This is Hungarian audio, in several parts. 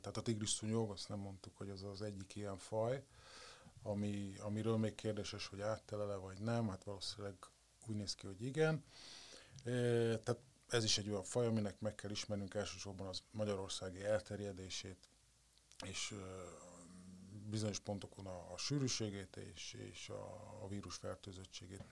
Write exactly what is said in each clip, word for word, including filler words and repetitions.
Tehát a tigris szúnyog, azt nem mondtuk, hogy az az egyik ilyen faj, ami, amiről még kérdéses, hogy áttelele vagy nem, hát valószínűleg úgy néz ki, hogy igen. E, tehát ez is egy olyan faj, aminek meg kell ismernünk elsősorban az magyarországi elterjedését, és bizonyos pontokon a, a sűrűségét és, és a, a vírus fertőzöttségét.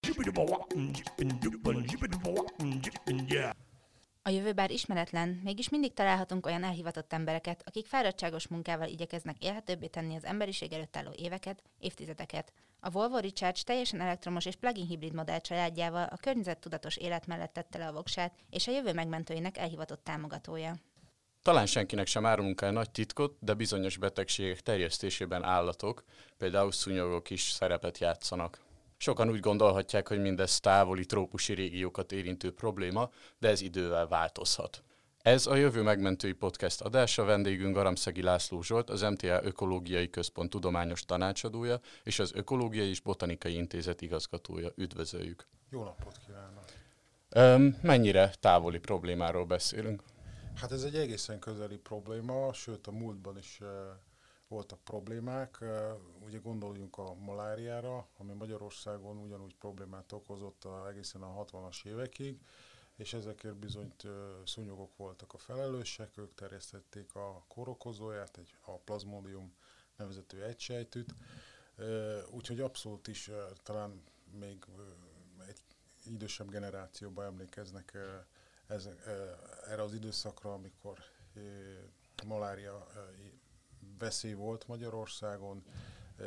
A jövő bár ismeretlen, mégis mindig találhatunk olyan elhivatott embereket, akik fáradtságos munkával igyekeznek élhetőbbé tenni az emberiség előtt álló éveket, évtizedeket. A Volvo Recharge teljesen elektromos és plug-in hibrid modell családjával a környezettudatos élet mellett tette le a voksát, és a jövő megmentőinek elhivatott támogatója. Talán senkinek sem árulunk el nagy titkot, de bizonyos betegségek terjesztésében állatok, például szúnyogok is szerepet játszanak. Sokan úgy gondolhatják, hogy mindez távoli trópusi régiókat érintő probléma, de ez idővel változhat. Ez a Jövő Megmentői Podcast adása, vendégünk Garamszegi László Zsolt, az em té á Ökológiai Központ tudományos tanácsadója és az Ökológiai és Botanikai Intézet igazgatója. Üdvözöljük! Jó napot kívánok! Öm, mennyire távoli problémáról beszélünk? Hát ez egy egészen közeli probléma, sőt a múltban is uh, voltak problémák. Uh, ugye gondoljunk a maláriára, ami Magyarországon ugyanúgy problémát okozott a, egészen a hatvanas évekig, és ezekért bizony uh, szúnyogok voltak a felelősek, ők terjesztették a kórokozóját, egy, a plazmodium nevezetű egysejtűt, uh, úgyhogy abszolút is uh, talán még uh, egy idősebb generációban emlékeznek uh, Ez, erre az időszakra, amikor e, malária e, veszély volt Magyarországon, e,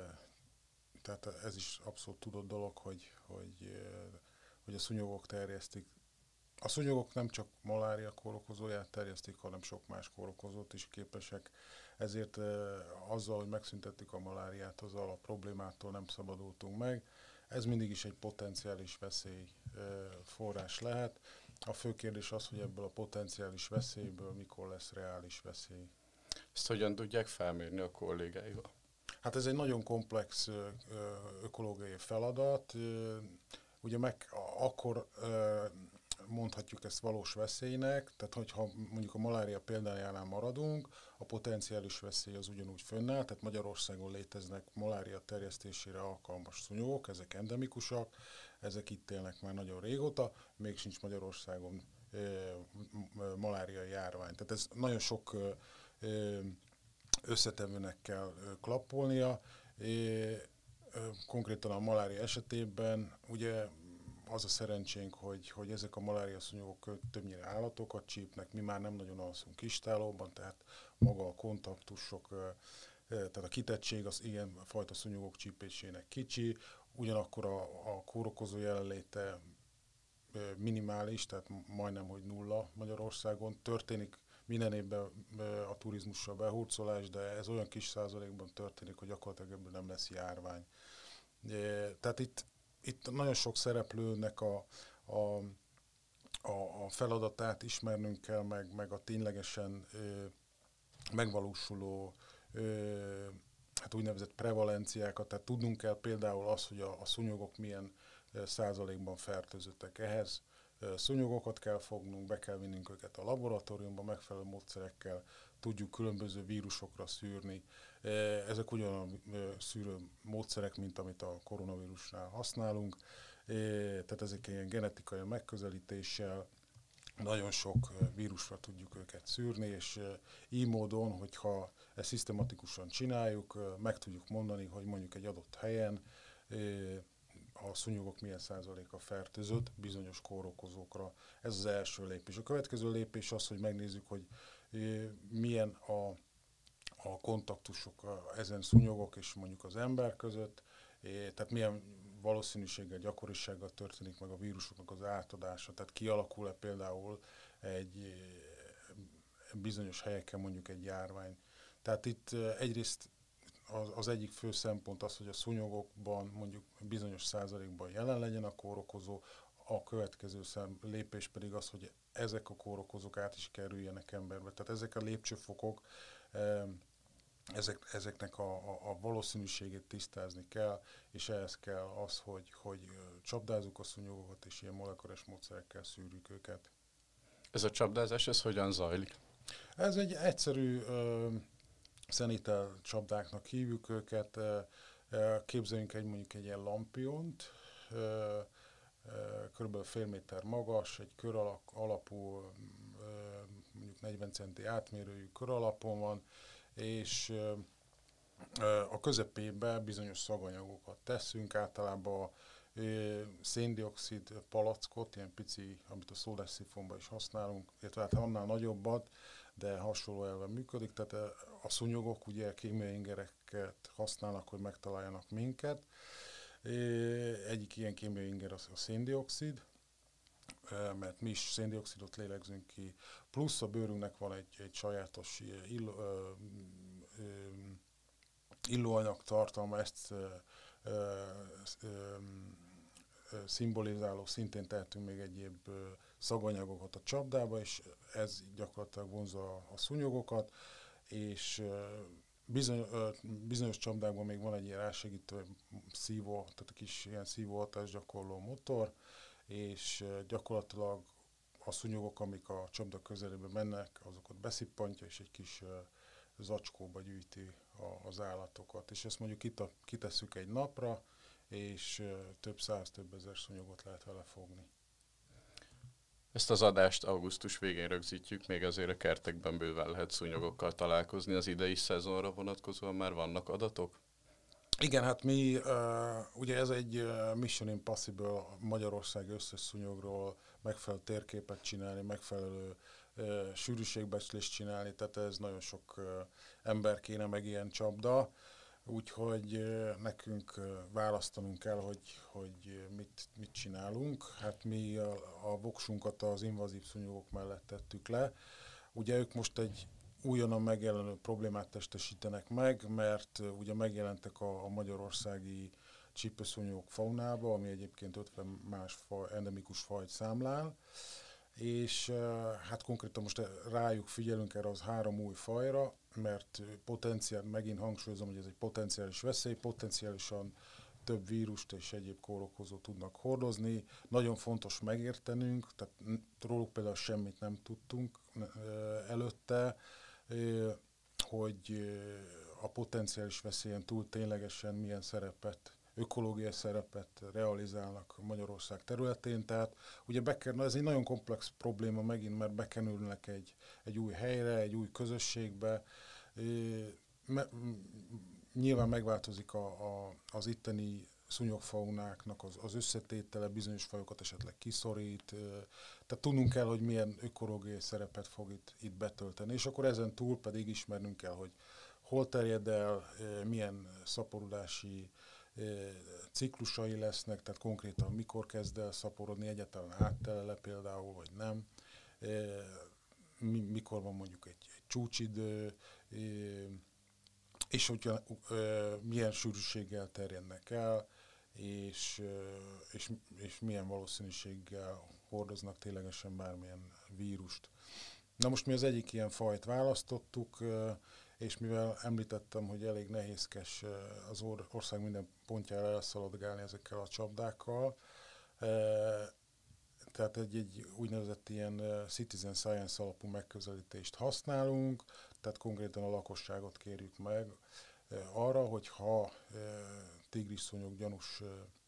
tehát ez is abszolút tudott dolog, hogy, hogy, e, hogy a szúnyogok terjesztik. A szúnyogok nem csak malária kórokozóját terjesztik, hanem sok más kórokozót is képesek, ezért e, azzal, hogy megszüntettük a maláriát, azzal a problémától nem szabadultunk meg. Ez mindig is egy potenciális veszély e, forrás lehet. A fő kérdés az, hogy ebből a potenciális veszélyből mikor lesz reális veszély. Ezt hogyan tudják felmérni a kollégáival? Hát ez egy nagyon komplex ö, ökológiai feladat. Ugye meg akkor ö, mondhatjuk ezt valós veszélynek, tehát hogyha mondjuk a malária példájánál maradunk, a potenciális veszély az ugyanúgy fönnáll, tehát Magyarországon léteznek malária terjesztésére alkalmas szúnyogok, ezek endemikusak, ezek itt élnek már nagyon régóta, még sincs Magyarországon e, malária járvány. Tehát ez nagyon sok e, összetevőnek kell klappolnia. E, e, konkrétan a malária esetében ugye az a szerencsénk, hogy, hogy ezek a malária szúnyogok többnyire állatokat csípnek, mi már nem nagyon alszunk istálóban, tehát maga a kontaktusok, tehát a kitettség az ilyen fajta szúnyogok csípésének kicsi, ugyanakkor a, a kórokozó jelenléte minimális, tehát majdnem, hogy nulla Magyarországon. Történik minden évben a turizmussal behurcolás, de ez olyan kis százalékban történik, hogy gyakorlatilag ebből nem lesz járvány. Tehát itt Itt nagyon sok szereplőnek a, a, a, a feladatát ismernünk kell, meg, meg a ténylegesen ö, megvalósuló ö, hát úgynevezett prevalenciákat, tehát tudnunk kell például az, hogy a, a szúnyogok milyen ö, százalékban fertőzöttek. Ehhez ö, szúnyogokat kell fognunk, be kell vinnünk őket a laboratóriumba, megfelelő módszerekkel tudjuk különböző vírusokra szűrni. Ezek ugyanolyan szűrő módszerek, mint amit a koronavírusnál használunk. Tehát ezek ilyen genetikai megközelítéssel nagyon sok vírusra tudjuk őket szűrni, és így módon, hogyha ezt szisztematikusan csináljuk, meg tudjuk mondani, hogy mondjuk egy adott helyen a szúnyogok milyen százaléka fertőzött bizonyos kórokozókra. Ez az első lépés. A következő lépés az, hogy megnézzük, hogy milyen a, a kontaktusok ezen szúnyogok és mondjuk az ember között, tehát milyen valószínűséggel, gyakorisággal történik meg a vírusoknak az átadása, tehát kialakul-e például egy bizonyos helyeken mondjuk egy járvány. Tehát itt egyrészt az, az egyik fő szempont az, hogy a szúnyogokban mondjuk bizonyos százalékban jelen legyen a kórokozó, a következő szem, lépés pedig az, hogy ezek a kórokozók át is kerüljenek emberbe. Tehát ezek a lépcsőfokok, ezek, ezeknek a, a, a valószínűségét tisztázni kell, és ehhez kell az, hogy, hogy csapdázzuk a szúnyogokat, és ilyen molekulás módszerekkel szűrjük őket. Ez a csapdázás, ez hogyan zajlik? Ez egy egyszerű uh, szenitel csapdáknak hívjuk őket. Uh, uh, képzeljünk egy mondjuk egy ilyen lampiont, uh, uh, körülbelül fél méter magas, egy kör alak, alapú, uh, mondjuk negyven centi átmérőjű kör alapon van, és uh, uh, a közepébe bizonyos szaganyagokat teszünk, általában uh, széndioxid palackot, ilyen pici, amit a szódásszifonban is használunk, illetve hát annál nagyobbat, de hasonló elven működik, tehát a szúnyogok ugye kémiai ingereket használnak, hogy megtaláljanak minket. Egyik ilyen kémiai inger az a széndioxid, mert mi is széndioxidot lélegzünk ki, plusz a bőrünknek van egy, egy sajátos illó, illóanyag tartalma, ezt ö, ö, ö, szimbolizáló, szintén tehetünk még egyéb szaganyagokat a csapdába, és ez gyakorlatilag vonzza a, a szúnyogokat, és bizony, bizonyos csapdákban még van egy ilyen rásegítő szívó, tehát a kis ilyen szívóhatás gyakorló motor, és gyakorlatilag a szúnyogok, amik a csapda közelébe mennek, azokat beszippantja, és egy kis zacskóba gyűjti a, az állatokat. És ezt mondjuk kitesszük egy napra, és több száz, több ezer szúnyogot lehet vele fogni. Ezt az adást augusztus végén rögzítjük, még azért a kertekben bőven lehet szúnyogokkal találkozni. Az idei szezonra vonatkozóan már vannak adatok? Igen, hát mi, uh, ugye ez egy uh, Mission Impossible Magyarország összes szúnyogról megfelelő térképet csinálni, megfelelő uh, sűrűségbecslést csinálni, tehát ez nagyon sok uh, ember kéne, meg ilyen csapda. Úgyhogy nekünk választanunk kell, hogy, hogy mit, mit csinálunk. Hát mi a, a voksunkat az invazív szúnyogok mellett tettük le. Ugye ők most egy újonnan megjelenő problémát testesítenek meg, mert ugye megjelentek a, a magyarországi csípőszúnyogok faunába, ami egyébként ötven más faj, endemikus fajt számlál. És hát konkrétan most rájuk figyelünk erre az három új fajra, mert potenciál, megint hangsúlyozom, hogy ez egy potenciális veszély, potenciálisan több vírust és egyéb kórokozót tudnak hordozni. Nagyon fontos megértenünk, tehát róluk például semmit nem tudtunk előtte, hogy a potenciális veszélyen túl ténylegesen milyen szerepet, ökológiai szerepet realizálnak Magyarország területén, tehát ugye bekerül, ez egy nagyon komplex probléma megint, mert bekerülnek egy, egy új helyre, egy új közösségbe, Me, nyilván megváltozik a, a, az itteni szúnyogfaunáknak az, az összetétele, bizonyos fajokat esetleg kiszorít, tehát tudnunk kell, hogy milyen ökológiai szerepet fog itt, itt betölteni, és akkor ezen túl pedig ismernünk kell, hogy hol terjed el, milyen szaporodási ciklusai lesznek, tehát konkrétan mikor kezd el szaporodni, egyáltalán áttelele például, vagy nem, mikor van mondjuk egy, egy csúcsidő, és hogyha milyen sűrűséggel terjednek el, és, és, és milyen valószínűséggel hordoznak ténylegesen bármilyen vírust. Na most mi az egyik ilyen fajt választottuk, és mivel említettem, hogy elég nehézkes az ország minden pontjára elszaladgálni ezekkel a csapdákkal, tehát egy, egy úgynevezett ilyen citizen science alapú megközelítést használunk, tehát konkrétan a lakosságot kérjük meg arra, hogy ha tigrisszúnyog gyanús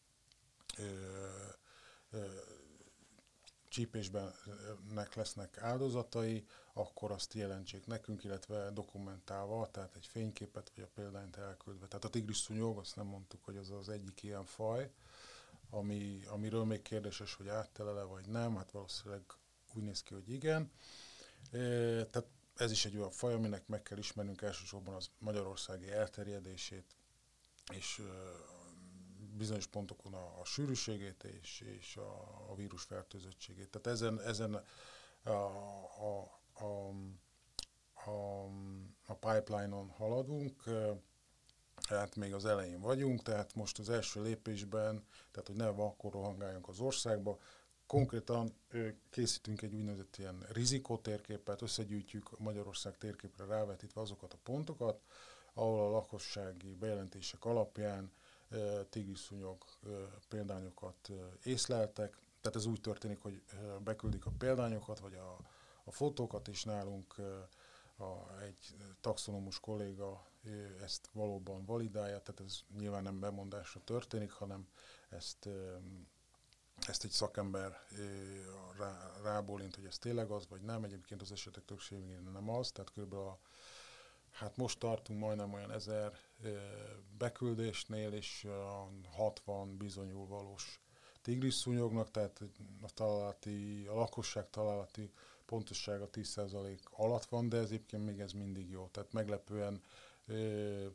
csípésbennek lesznek áldozatai, akkor azt jelentsék nekünk, illetve dokumentálva, tehát egy fényképet vagy a példányt elküldve. Tehát a tigrisszúnyog, azt nem mondtuk, hogy az az egyik ilyen faj, ami, amiről még kérdéses, hogy áttelele vagy nem, hát valószínűleg úgy néz ki, hogy igen. E, tehát ez is egy olyan faj, aminek meg kell ismernünk elsősorban az magyarországi elterjedését, és e, bizonyos pontokon a, a sűrűségét és, és a, a vírus fertőzöttségét. Tehát ezen, ezen a, a, a, a, a pipeline-on haladunk, hát még az elején vagyunk, tehát most az első lépésben, tehát hogy ne akkor rohangáljunk az országba, konkrétan készítünk egy úgynevezett ilyen rizikótérképet, összegyűjtjük Magyarország térképre rávetítve azokat a pontokat, ahol a lakossági bejelentések alapján tigrisszúnyog példányokat észleltek. Tehát ez úgy történik, hogy beküldik a példányokat, vagy a, a fotókat, és nálunk a, egy taxonomus kolléga ezt valóban validálja, tehát ez nyilván nem bemondásra történik, hanem ezt, ezt egy szakember rá, rábólint, hogy ez tényleg az, vagy nem. Egyébként az esetek többségében nem az, tehát kb. A, hát most tartunk majdnem olyan ezer beküldésnél, és hatvan bizonyul valós tigrisszúnyognak, tehát a, találati, a lakosság találati pontossága tíz százalék alatt van, de ez egyébként még ez mindig jó. Tehát meglepően ö,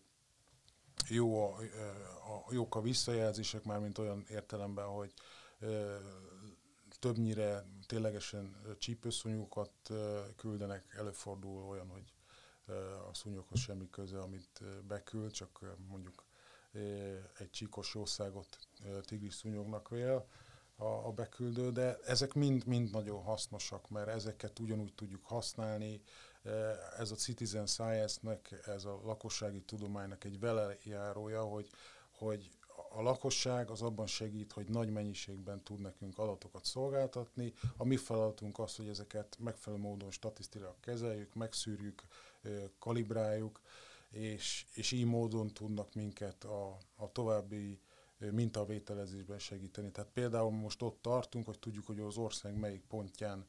jó a, a, jók a visszajelzések, már mint olyan értelemben, hogy ö, többnyire ténylegesen csípőszúnyogokat ö, küldenek, előfordul olyan, hogy ö, a szúnyoghoz semmi köze, amit ö, beküld, csak ö, mondjuk ö, egy csíkos jószágot ö, tigrisszúnyognak vél a, a beküldő, de ezek mind-mind nagyon hasznosak, mert ezeket ugyanúgy tudjuk használni. Ez a citizen science-nek, ez a lakossági tudománynak egy velejárója, hogy, hogy a lakosság az abban segít, hogy nagy mennyiségben tud nekünk adatokat szolgáltatni. A mi feladatunk az, hogy ezeket megfelelő módon statisztikailag kezeljük, megszűrjük, kalibráljuk, és, és így módon tudnak minket a, a további mintavételezésben segíteni. Tehát például most ott tartunk, hogy tudjuk, hogy az ország melyik pontján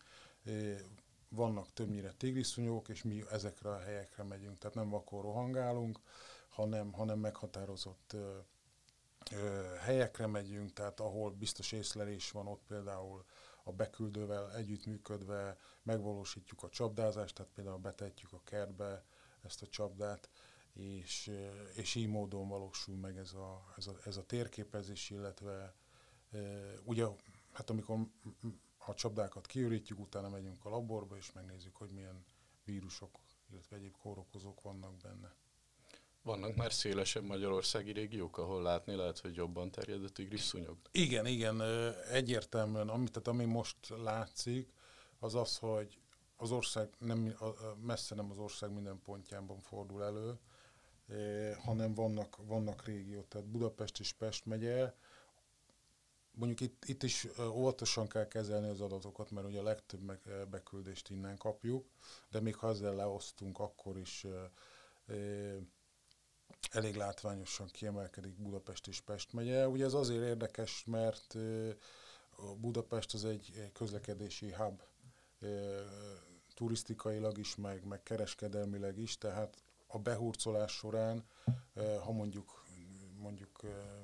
vannak többnyire tigrisszúnyogok, és mi ezekre a helyekre megyünk. Tehát nem vakon rohangálunk, hanem, hanem meghatározott ö, ö, helyekre megyünk, tehát ahol biztos észlelés van, ott például a beküldővel együttműködve megvalósítjuk a csapdázást, tehát például betetjük a kertbe ezt a csapdát, és, és így módon valósul meg ez a, ez a, ez a térképezés, illetve e, ugye, hát amikor a csapdákat kiürítjük, utána megyünk a laborba, és megnézzük, hogy milyen vírusok, illetve egyéb kórokozók vannak benne. Vannak már szélesebb magyarországi régiók, ahol látni lehet, hogy jobban terjed a tigrisszúnyog? Igen, igen, egyértelműen, ami, tehát ami most látszik, az az, hogy az ország nem, messze nem az ország minden pontjában fordul elő, eh, hanem vannak, vannak régiók, tehát Budapest és Pest megye. Mondjuk itt, itt is óvatosan kell kezelni az adatokat, mert ugye a legtöbb meg, beküldést innen kapjuk, de még ha ezzel leosztunk, akkor is eh, eh, elég látványosan kiemelkedik Budapest és Pest megye. Ugye ez azért érdekes, mert eh, Budapest az egy közlekedési hub, eh, turisztikailag is, meg, meg kereskedelmileg is, tehát a behurcolás során, ha mondjuk, mondjuk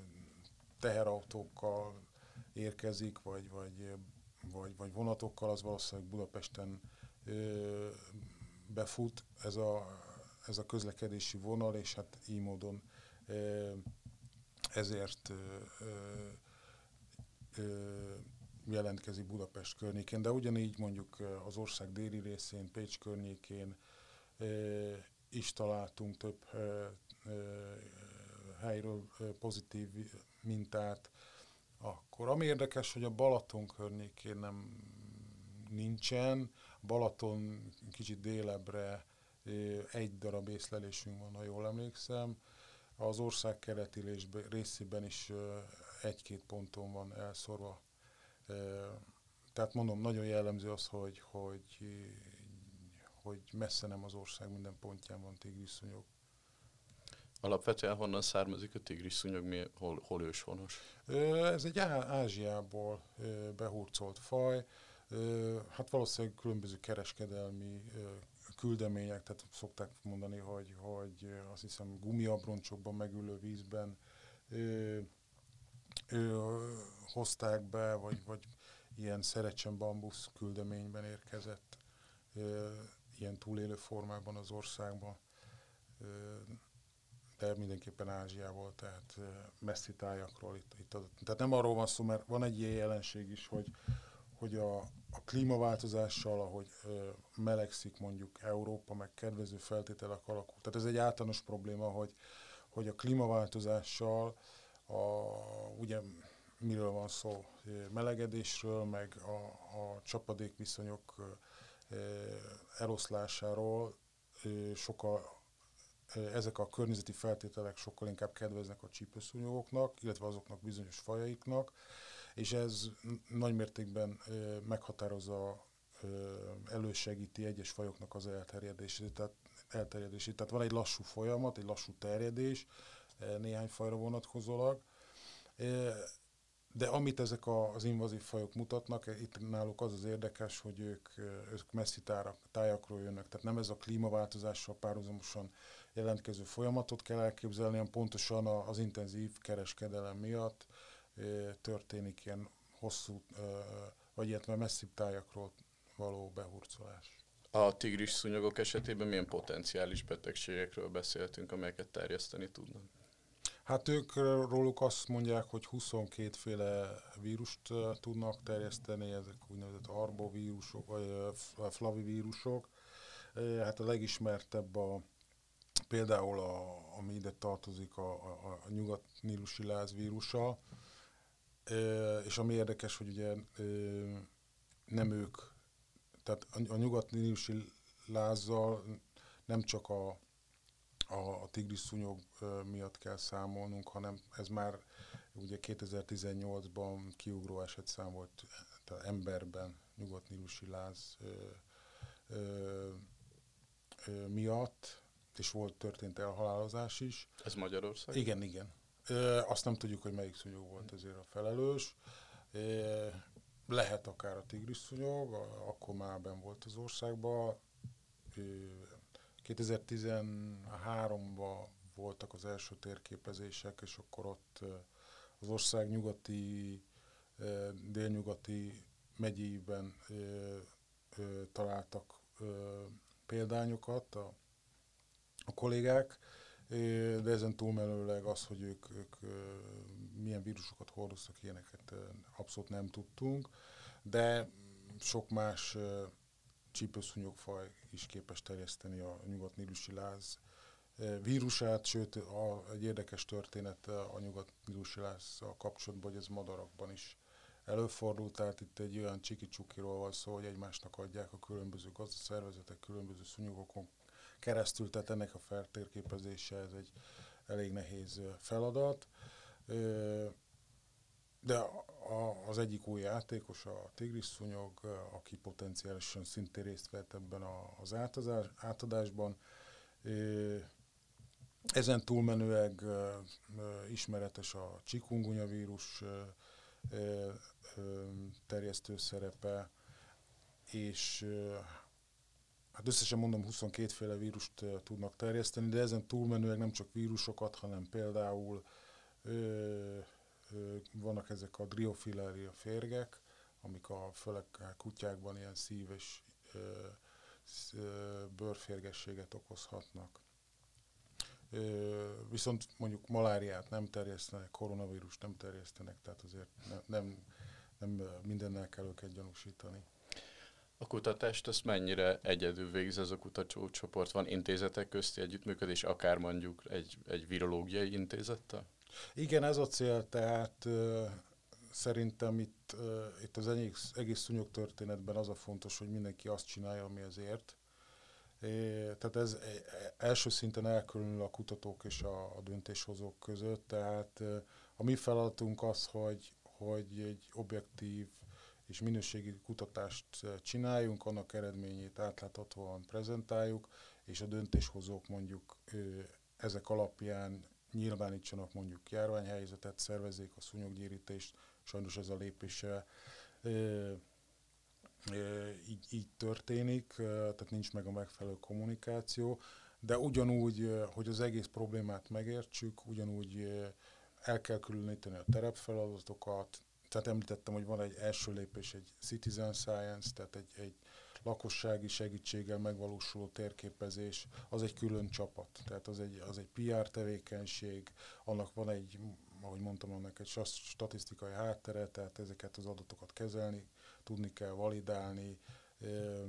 teherautókkal érkezik, vagy, vagy, vagy, vagy vonatokkal, az valószínűleg Budapesten befut ez a, ez a közlekedési vonal, és hát így módon ezért jelentkezik Budapest környékén, de ugyanígy mondjuk az ország déli részén, Pécs környékén is találtunk több helyről pozitív mintát. Akkor ami érdekes, hogy a Balaton környékén nem nincsen, Balaton kicsit délebbre egy darab észlelésünk van, ha jól emlékszem. Az ország keleti részében is egy-két ponton van elszorva. Tehát mondom, nagyon jellemző az, hogy, hogy, hogy messze nem az ország minden pontján van tigrisszúnyog. Alapvetően honnan származik a tigrisszúnyog, mi, hol, hol őshonos? Ez egy Ázsiából behurcolt faj. Hát valószínűleg különböző kereskedelmi küldemények, tehát szokták mondani, hogy, hogy azt hiszem gumiabroncsokban megülő vízben ö, ö, hozták be, vagy, vagy ilyen szerecsen bambusz küldeményben érkezett ö, ilyen túlélő formában az országban. Ö, de mindenképpen Ázsiából, tehát messzi tájakról itt, itt adott. Tehát nem arról van szó, mert van egy ilyen jelenség is, hogy, hogy a, a klímaváltozással, ahogy ö, melegszik mondjuk Európa, meg kedvező feltételek alakul. Tehát ez egy általános probléma, hogy, hogy a klímaváltozással, a, ugye miről van szó, melegedésről, meg a, a csapadékviszonyok ö, eloszlásáról ö, sokkal ezek a környezeti feltételek sokkal inkább kedveznek a csípőszúnyogoknak, illetve azoknak bizonyos fajaiknak, és ez nagymértékben meghatározza elősegíti egyes fajoknak az elterjedését. Tehát, elterjedését. Tehát van egy lassú folyamat, egy lassú terjedés, néhány fajra vonatkozólag. De amit ezek az invazív fajok mutatnak, itt náluk az az érdekes, hogy ők, ők messzi tárak, tájakról jönnek. Tehát nem ez a klímaváltozással párhuzamosan jelentkező folyamatot kell elképzelni, hanem pontosan az intenzív kereskedelem miatt történik ilyen hosszú, vagy illetve messzibb tájakról való behurcolás. A tigris szúnyogok esetében milyen potenciális betegségekről beszéltünk, amelyeket terjeszteni tudnak? Hát ők róluk azt mondják, hogy huszonkét féle vírust tudnak terjeszteni, ezek úgynevezett arbovírusok, vagy flavivírusok. Hát a legismertebb a, például, a, ami ide tartozik, a, a, a nyugat-nílusi láz vírusa, és ami érdekes, hogy ugye nem ők, tehát a nyugat-nílusi lázzal nem csak a a, a tigris szúnyog miatt kell számolnunk, hanem ez már ugye kétezer-tizennyolcban kiugró esetszám volt, tehát emberben nyugat-nílusi láz ö, ö, ö, miatt, és volt történt elhalálozás is. Ez Magyarország? Igen, igen. Ö, azt nem tudjuk, hogy melyik szúnyog volt ezért a felelős. Ö, lehet akár a tigris szúnyog, akkor már benn volt az országban. Ö, kétezer-tizenháromban voltak az első térképezések, és akkor ott az ország nyugati, délnyugati megyében találtak példányokat a, a kollégák, de ezen túlmenőleg az, hogy ők, ők milyen vírusokat hordoztak, ilyeneket abszolút nem tudtunk, de sok más csípőszúnyogfaj is képes terjeszteni a nyugat-nílusi láz vírusát, sőt a, egy érdekes történet a nyugat-nílusi lázzal kapcsolatban, hogy ez madarakban is előfordult, tehát itt egy olyan csiki-csukiról van szó, hogy egymásnak adják a különböző gazdaszervezetek, különböző szúnyogokon keresztül, tehát ennek a feltérképezése ez egy elég nehéz feladat. De a, az egyik új játékos, a tigris szúnyog, aki potenciálisan szintén részt vett ebben az átadás, átadásban. Ezen túlmenőleg ismeretes a chikungunya vírus terjesztő szerepe, és hát összesen mondom, huszonkét féle vírust tudnak terjeszteni, de ezen túlmenőleg nem csak vírusokat, hanem például vannak ezek a driofilaria férgek, amik a főleg kutyákban ilyen szív- és ö, ö, bőrférgességet okozhatnak. Ö, viszont mondjuk maláriát nem terjesztenek, koronavírust nem terjesztenek, tehát azért ne, nem, nem mindennel kell őket gyanúsítani. A kutatást azt mennyire egyedül végzi ez a kutatócsoport? Van intézetek közti együttműködés, akár mondjuk egy, egy virológiai intézettel? Igen, ez a cél, tehát uh, szerintem itt, uh, itt az egész, egész szúnyog történetben az a fontos, hogy mindenki azt csinálja, ami azért. É, tehát ez első szinten elkülönül a kutatók és a, a döntéshozók között, tehát uh, a mi feladatunk az, hogy, hogy egy objektív és minőségi kutatást csináljunk, annak eredményét átláthatóan prezentáljuk, és a döntéshozók mondjuk uh, ezek alapján nyilvánítsanak mondjuk járványhelyzetet, szervezzék a szúnyoggyérítést, sajnos ez a lépése e, e, így, így történik, tehát nincs meg a megfelelő kommunikáció, de ugyanúgy, hogy az egész problémát megértsük, ugyanúgy el kell különíteni a terepfeladatokat, tehát említettem, hogy van egy első lépés, egy citizen science, tehát egy, egy lakossági segítséggel megvalósuló térképezés, az egy külön csapat, tehát az egy, az egy pé er tevékenység, annak van egy, ahogy mondtam, annak egy statisztikai háttere, tehát ezeket az adatokat kezelni, tudni kell validálni, e, e,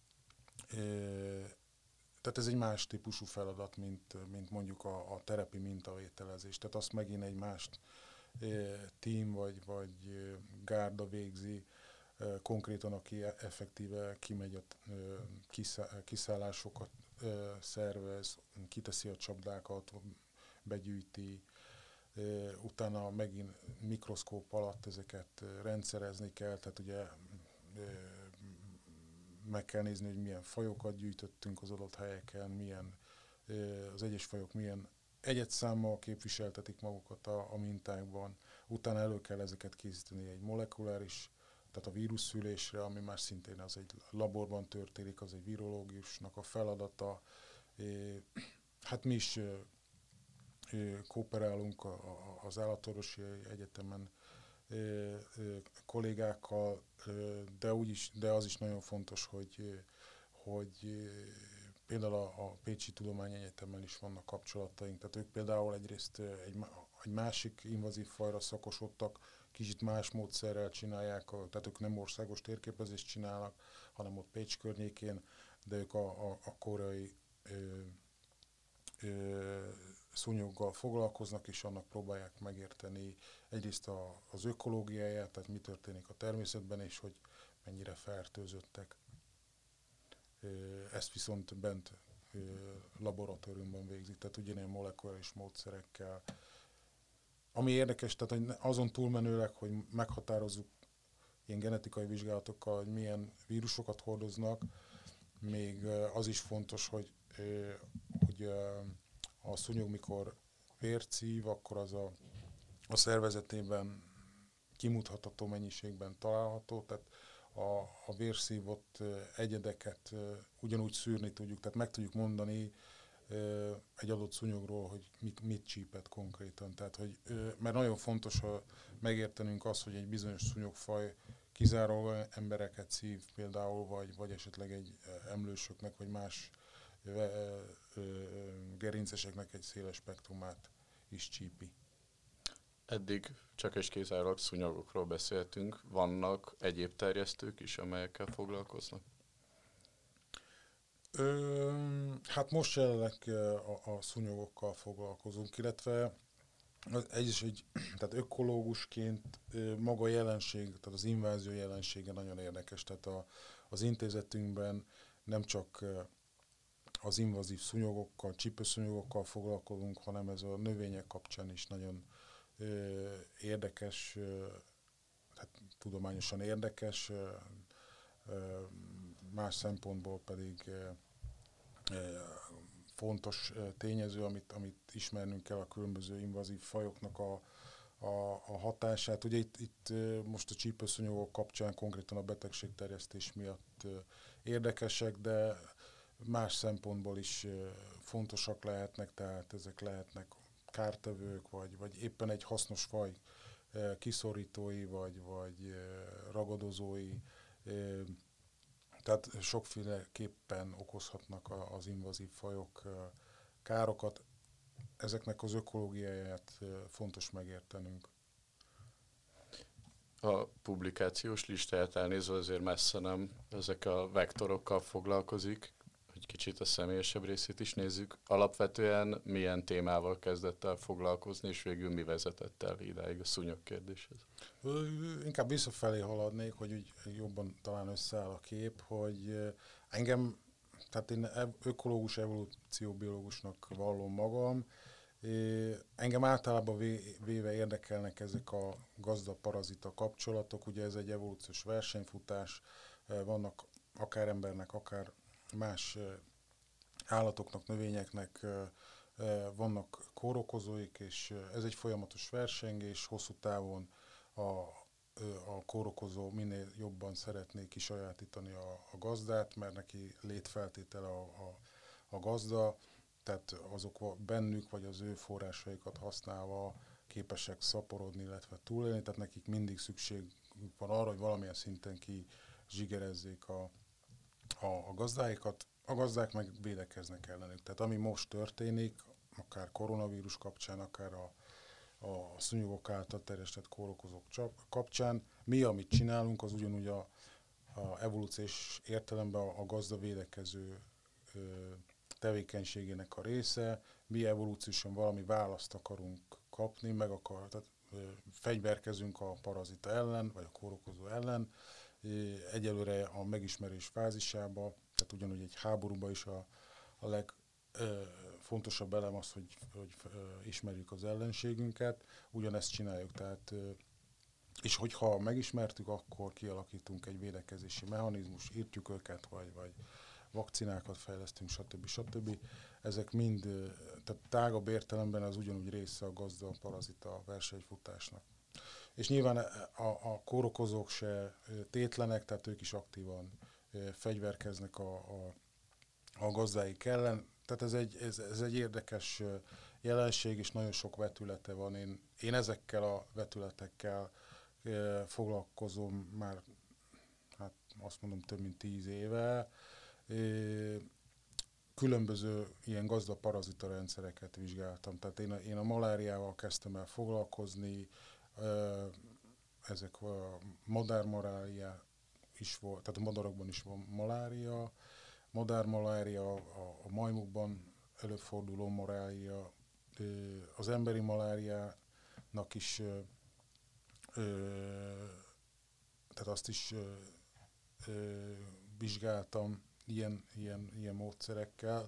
tehát ez egy más típusú feladat, mint, mint mondjuk a, a terepi mintavételezés, tehát azt megint egy más e, team vagy, vagy gárda végzi, konkrétan, aki effektíve kimegy, a kiszállásokat szervez, kiteszi a csapdákat, begyűjti, utána megint mikroszkóp alatt ezeket rendszerezni kell, tehát ugye meg kell nézni, hogy milyen fajokat gyűjtöttünk az adott helyeken, milyen az egyes fajok milyen egyedszámmal képviseltetik magukat a, a mintákban. Utána elő kell ezeket készíteni egy molekuláris, tehát a vírusszűlésre, ami már szintén az egy laborban történik, az egy virológusnak a feladata. Hát mi is kooperálunk az Állatorvosi Egyetemen kollégákkal, de, úgyis, de az is nagyon fontos, hogy, hogy például a, a Pécsi Tudományegyetemben is vannak kapcsolataink, tehát ők például egyrészt egy, egy másik invazív fajra szakosodtak, kicsit más módszerrel csinálják, tehát ők nem országos térképezést csinálnak, hanem ott Pécs környékén, de ők a, a, a koreai ö, ö, szúnyoggal foglalkoznak, és annak próbálják megérteni egyrészt a, az ökológiáját, tehát mi történik a természetben, és hogy mennyire fertőzöttek. Ezt viszont bent laboratóriumban végzik, tehát ugyanilyen molekuláris módszerekkel. Ami érdekes, tehát hogy azon túlmenőleg, hogy meghatározzuk ilyen genetikai vizsgálatokkal, hogy milyen vírusokat hordoznak, még az is fontos, hogy, hogy a szúnyog, mikor vért szív, akkor az a, a szervezetében kimutatható mennyiségben található, tehát a, a vérszívott egyedeket ugyanúgy szűrni tudjuk, tehát meg tudjuk mondani egy adott szúnyogról, hogy mit, mit csípett konkrétan. Tehát, hogy, mert nagyon fontos ha megértenünk azt, hogy egy bizonyos szúnyogfaj kizárólag embereket szív például, vagy, vagy esetleg egy emlősöknek, vagy más gerinceseknek egy széles spektrumát is csípi. Eddig csak és kizárólag szúnyogokról beszéltünk. Vannak egyéb terjesztők is, amelyekkel foglalkoznak? Ö, hát most jelenleg a, a szúnyogokkal foglalkozunk, illetve ez is egy, tehát ökológusként maga a jelenség, tehát az invázió jelensége nagyon érdekes. Tehát a, az intézetünkben nem csak az invazív szúnyogokkal, csípőszúnyogokkal foglalkozunk, hanem ez a növények kapcsán is nagyon ö, érdekes, ö, tehát tudományosan érdekes, ö, ö, más szempontból pedig ö, ö, fontos tényező, amit, amit ismernünk kell a különböző invazív fajoknak a, a, a hatását. Ugye itt, itt most a csípőszúnyogok kapcsán konkrétan a betegségterjesztés miatt érdekesek, de más szempontból is fontosak lehetnek, tehát ezek lehetnek kártevők, vagy, vagy éppen egy hasznos faj kiszorítói, vagy, vagy ragadozói. Tehát sokféleképpen okozhatnak az invazív fajok károkat. Ezeknek az ökológiáját fontos megértenünk. A publikációs listáját elnézve azért messze nem ezek a vektorokkal foglalkozik, hogy kicsit a személyesebb részét is nézzük. Alapvetően milyen témával kezdett el foglalkozni, és végül mi vezetett el idáig a szúnyog kérdéshez? Inkább visszafelé haladnék, hogy úgy jobban talán összeáll a kép, hogy engem, tehát én ökológus, evolúcióbiológusnak vallom magam, engem általában véve érdekelnek ezek a gazda-parazita kapcsolatok, ugye ez egy evolúciós versenyfutás, vannak akár embernek, akár más állatoknak, növényeknek vannak kórokozóik, és ez egy folyamatos versengés, hosszú távon a, a kórokozó minél jobban szeretné kisajátítani a, a gazdát, mert neki létfeltétele a, a, a gazda, tehát azok bennük vagy az ő forrásaikat használva képesek szaporodni, illetve túlélni, tehát nekik mindig szükség van arra, hogy valamilyen szinten ki zsigerezzék a, a, a gazdáikat. A gazdák meg védekeznek ellenük. Tehát ami most történik, akár koronavírus kapcsán, akár a, a szúnyogok által terjesztett kórokozók kapcsán, mi, amit csinálunk, az ugyanúgy a, a evolúciós értelemben a, a gazda védekező ö, tevékenységének a része. Mi evolúciósan valami választ akarunk kapni, meg akar, tehát ö, fegyverkezünk a parazita ellen, vagy a kórokozó ellen. Egyelőre a megismerés fázisában, tehát ugyanúgy egy háborúban is a, a legfontosabb elem az, hogy, hogy ö, ismerjük az ellenségünket, ugyanezt csináljuk, tehát ö, és hogyha megismertük, akkor kialakítunk egy védekezési mechanizmus, írtjuk őket, vagy, vagy vakcinákat fejlesztünk, stb. stb. Ezek mind, tehát tágabb értelemben az ugyanúgy része a gazda-parazita versenyfutásnak. És nyilván a, a kórokozók se tétlenek, tehát ők is aktívan fegyverkeznek a, a, a gazdáik ellen. Tehát ez egy, ez, ez egy érdekes jelenség, és nagyon sok vetülete van. Én, én ezekkel a vetületekkel foglalkozom már, hát azt mondom, több mint tíz éve. Különböző ilyen gazda-parazita rendszereket vizsgáltam. Tehát én a, én a maláriával kezdtem el foglalkozni, ezek a madármalária is volt, tehát a madarakban is van malária, madármalária, a, a majmokban előforduló malária, az emberi maláriának is, tehát azt is vizsgáltam ilyen, ilyen, ilyen módszerekkel.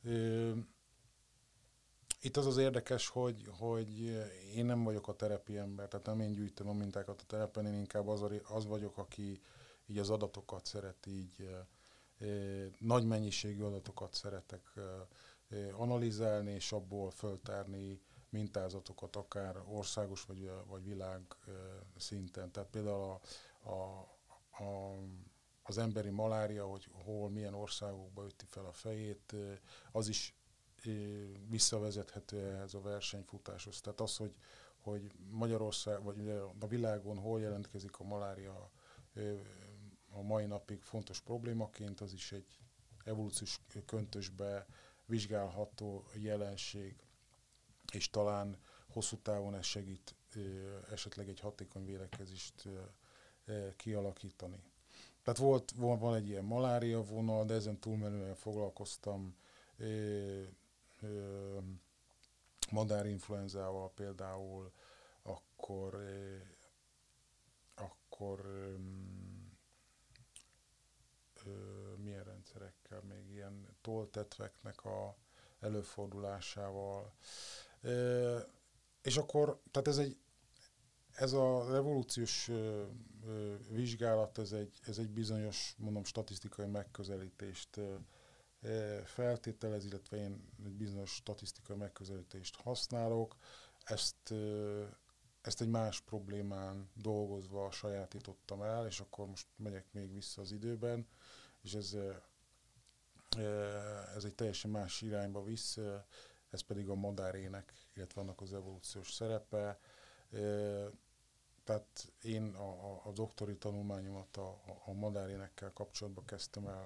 Itt az az érdekes, hogy, hogy én nem vagyok a terepi ember, tehát nem én gyűjtöm a mintákat a terepen, én inkább az, az vagyok, aki így az adatokat szeret, így e, nagy mennyiségű adatokat szeretek e, analizálni, és abból föltárni mintázatokat, akár országos vagy, vagy világ e, szinten. Tehát például a, a, a, az emberi malária, hogy hol, milyen országokba üti fel a fejét, az is visszavezethető ehhez a versenyfutáshoz. Tehát az, hogy, hogy Magyarország, vagy a világon hol jelentkezik a malária a mai napig fontos problémaként, az is egy evolúciós köntösbe vizsgálható jelenség, és talán hosszú távon ez segít esetleg egy hatékony védekezést kialakítani. Tehát volt, van egy ilyen malária vonal, de ezen túlmenően foglalkoztam madárinfluenzával például, akkor, eh, akkor eh, milyen rendszerekkel, még ilyen tolltetveknek a előfordulásával. Eh, és akkor, tehát ez egy, ez a revolúciós eh, vizsgálat, ez egy, ez egy bizonyos, mondom, statisztikai megközelítést eh, feltételez, illetve én egy bizonyos statisztikai megközelítést használok. Ezt, ezt egy más problémán dolgozva sajátítottam el, és akkor most megyek még vissza az időben, és ez, ez egy teljesen más irányba visz, ez pedig a madárének, illetve annak az evolúciós szerepe. Tehát én a, a, a doktori tanulmányomat a, a madárénekkel kapcsolatban kezdtem el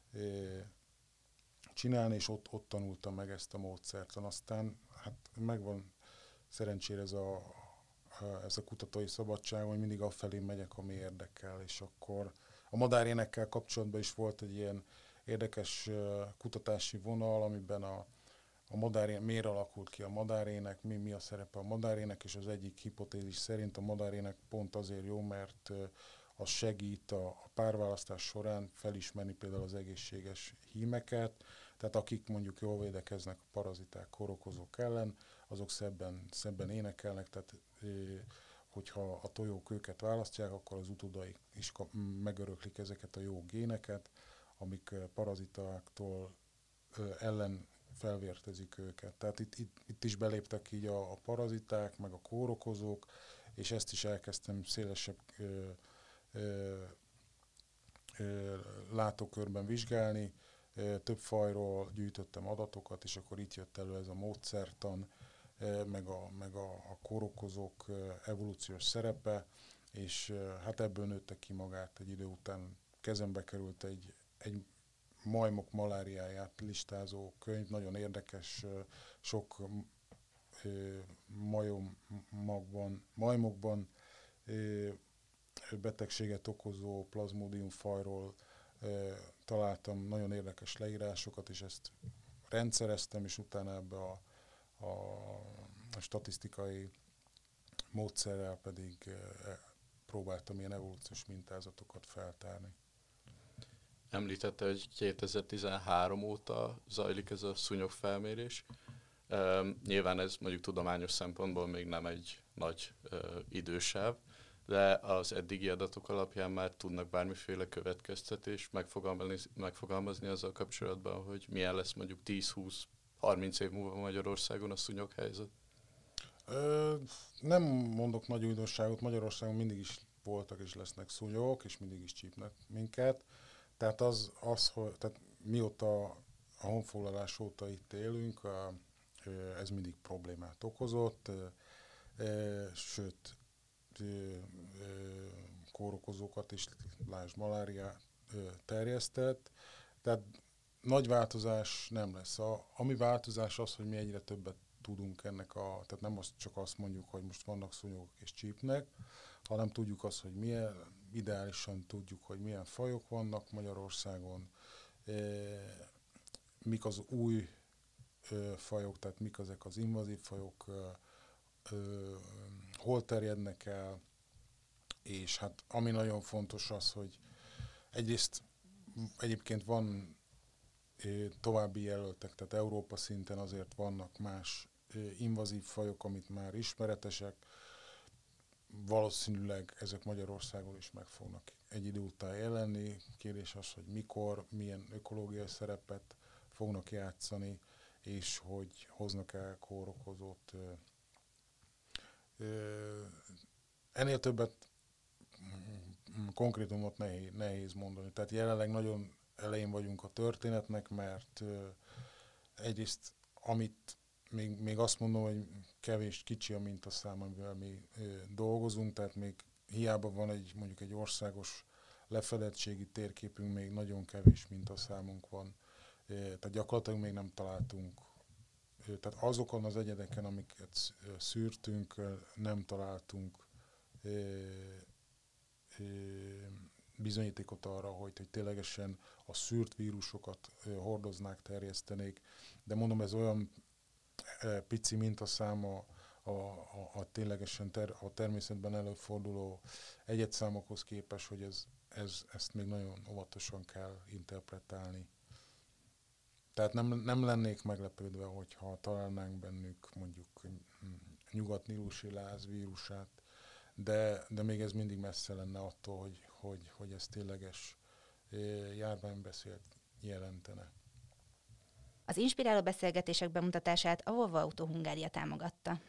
csinálni, és ott, ott tanultam meg ezt a módszertan. Aztán hát megvan szerencsére ez a, ez a kutatói szabadság, hogy mindig afelé megyek, ami érdekel, és akkor a madárénekkel kapcsolatban is volt egy ilyen érdekes kutatási vonal, amiben a, a madárén, miért alakult ki a madárének, mi, mi a szerepe a madárének, és az egyik hipotézis szerint a madárének pont azért jó, mert az segít a, a párválasztás során felismerni például az egészséges hímeket, tehát akik mondjuk jól védekeznek a paraziták, kórokozók ellen, azok szebben, szebben énekelnek, tehát hogyha a tojók őket választják, akkor az utódaik is kap, megöröklik ezeket a jó géneket, amik parazitáktól ellen felvértezik őket. Tehát itt, itt, itt is beléptek így a, a paraziták, meg a kórokozók, és ezt is elkezdtem szélesebb ö, ö, ö, látókörben vizsgálni. Több fajról gyűjtöttem adatokat, és akkor itt jött elő ez a módszertan, meg a, meg a, a kórokozók evolúciós szerepe, és hát ebből nőtte ki magát egy idő után. Kezembe került egy, egy majmok maláriáját listázó könyv, nagyon érdekes, sok majomokban, majmokban betegséget okozó plazmodium fajról találtam nagyon érdekes leírásokat, és ezt rendszereztem, és utána ebbe a, a, a statisztikai módszerrel pedig próbáltam ilyen evolúciós mintázatokat feltárni. Említette, hogy kétezer-tizenhárom óta zajlik ez a szúnyogfelmérés. Uh, nyilván ez mondjuk tudományos szempontból még nem egy nagy uh, idősáv, de az eddigi adatok alapján már tudnak bármiféle következtetést megfogalmazni, megfogalmazni azzal kapcsolatban, hogy milyen lesz mondjuk tíz, húsz, harminc év múlva Magyarországon a szúnyog helyzet? Ö, nem mondok nagy újdonságot, Magyarországon mindig is voltak és lesznek szúnyogok, és mindig is csípnek minket. Tehát az, az hogy tehát mióta a honfoglalás óta itt élünk, a, ez mindig problémát okozott, sőt, kórokozókat is, lásd maláriát terjesztett. Tehát nagy változás nem lesz. A, ami változás az, hogy mi egyre többet tudunk ennek a, tehát nem azt, csak azt mondjuk, hogy most vannak szúnyogok és csípnek, hanem tudjuk azt, hogy milyen, ideálisan tudjuk, hogy milyen fajok vannak Magyarországon, e, mik az új e, fajok, tehát mik ezek az invazív fajok, e, e, hol terjednek el, és hát ami nagyon fontos az, hogy egyrészt egyébként van további jelöltek, tehát Európa szinten azért vannak más invazív fajok, amit már ismeretesek, valószínűleg ezek Magyarországon is meg fognak egy idő után jelenni. Kérdés az, hogy mikor, milyen ökológiai szerepet fognak játszani, és hogy hoznak el kórokozót. Ennél többet konkrétumot nehéz, nehéz mondani. Tehát jelenleg nagyon elején vagyunk a történetnek, mert egyrészt amit Még, még azt mondom, hogy kevés, kicsi a mintaszám, amivel mi ö, dolgozunk, tehát még hiába van egy mondjuk egy országos lefedettségi térképünk, még nagyon kevés mintaszámunk van. Ö, tehát gyakorlatilag még nem találtunk. Ö, tehát azokon az egyedeken, amiket ö, szűrtünk, ö, nem találtunk ö, ö, bizonyítékot arra, hogy, hogy ténylegesen a szűrt vírusokat ö, hordoznák, terjesztenék. De mondom, ez olyan pici mintaszáma a, a, a ténylegesen ter, a természetben előforduló egyedszámokhoz képest, hogy ez, ez, ezt még nagyon óvatosan kell interpretálni. Tehát nem, nem lennék meglepődve, hogyha találnánk bennük mondjuk nyugat-nílusi láz vírusát, de, de még ez mindig messze lenne attól, hogy, hogy, hogy ez tényleges járványbeszélt jelentene. Az inspiráló beszélgetések bemutatását a Volvo Autó Hungária támogatta.